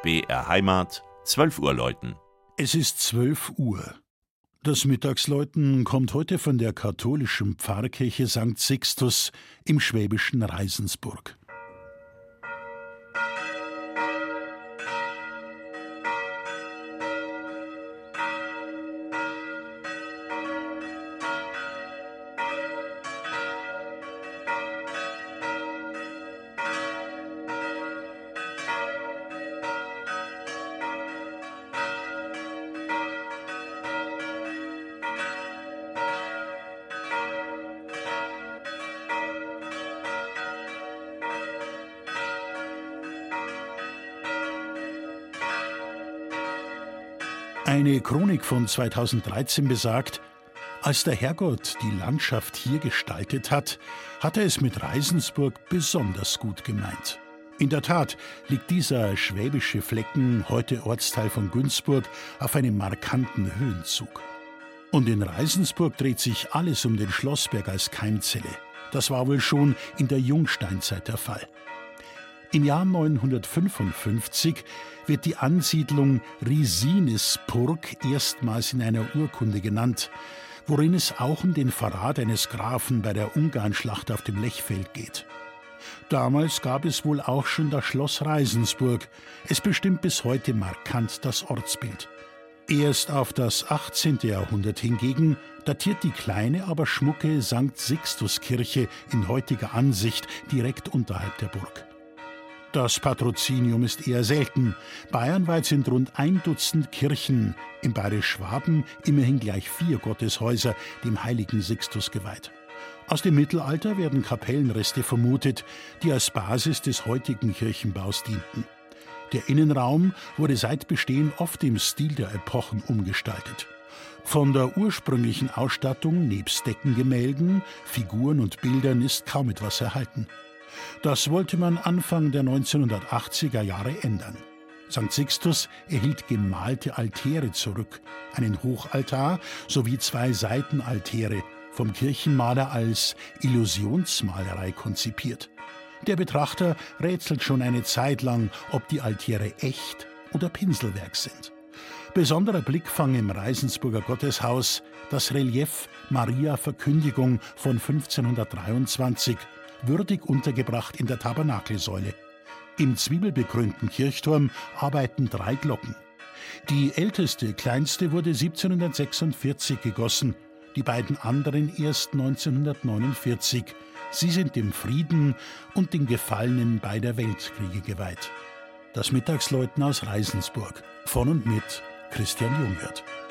BR Heimat, 12 Uhr läuten. Es ist 12 Uhr. Das Mittagsläuten kommt heute von der katholischen Pfarrkirche St. Sixtus im schwäbischen Reisensburg. Eine Chronik von 2013 besagt, als der Herrgott die Landschaft hier gestaltet hat, hat er es mit Reisensburg besonders gut gemeint. In der Tat liegt dieser schwäbische Flecken, heute Ortsteil von Günzburg, auf einem markanten Höhenzug. Und in Reisensburg dreht sich alles um den Schlossberg als Keimzelle. Das war wohl schon in der Jungsteinzeit der Fall. Im Jahr 955 wird die Ansiedlung Risinisburg erstmals in einer Urkunde genannt, worin es auch um den Verrat eines Grafen bei der Ungarnschlacht auf dem Lechfeld geht. Damals gab es wohl auch schon das Schloss Reisensburg. Es bestimmt bis heute markant das Ortsbild. Erst auf das 18. Jahrhundert hingegen datiert die kleine, aber schmucke St. Sixtus-Kirche in heutiger Ansicht direkt unterhalb der Burg. Das Patrozinium ist eher selten. Bayernweit sind rund 1 Dutzend Kirchen, im Bayerisch-Schwaben immerhin gleich 4 Gotteshäuser dem heiligen Sixtus geweiht. Aus dem Mittelalter werden Kapellenreste vermutet, die als Basis des heutigen Kirchenbaus dienten. Der Innenraum wurde seit Bestehen oft im Stil der Epochen umgestaltet. Von der ursprünglichen Ausstattung nebst Deckengemälden, Figuren und Bildern ist kaum etwas erhalten. Das wollte man Anfang der 1980er Jahre ändern. St. Sixtus erhielt gemalte Altäre zurück, einen Hochaltar sowie 2 Seitenaltäre, vom Kirchenmaler als Illusionsmalerei konzipiert. Der Betrachter rätselt schon eine Zeit lang, ob die Altäre echt oder Pinselwerk sind. Besonderer Blickfang im Reisensburger Gotteshaus, das Relief Maria Verkündigung von 1523, würdig untergebracht in der Tabernakelsäule. Im zwiebelbekrönten Kirchturm arbeiten 3 Glocken. Die älteste, kleinste wurde 1746 gegossen, die beiden anderen erst 1949. Sie sind dem Frieden und den Gefallenen beider Weltkriege geweiht. Das Mittagsläuten aus Reisensburg. Von und mit Christian Jungwirth.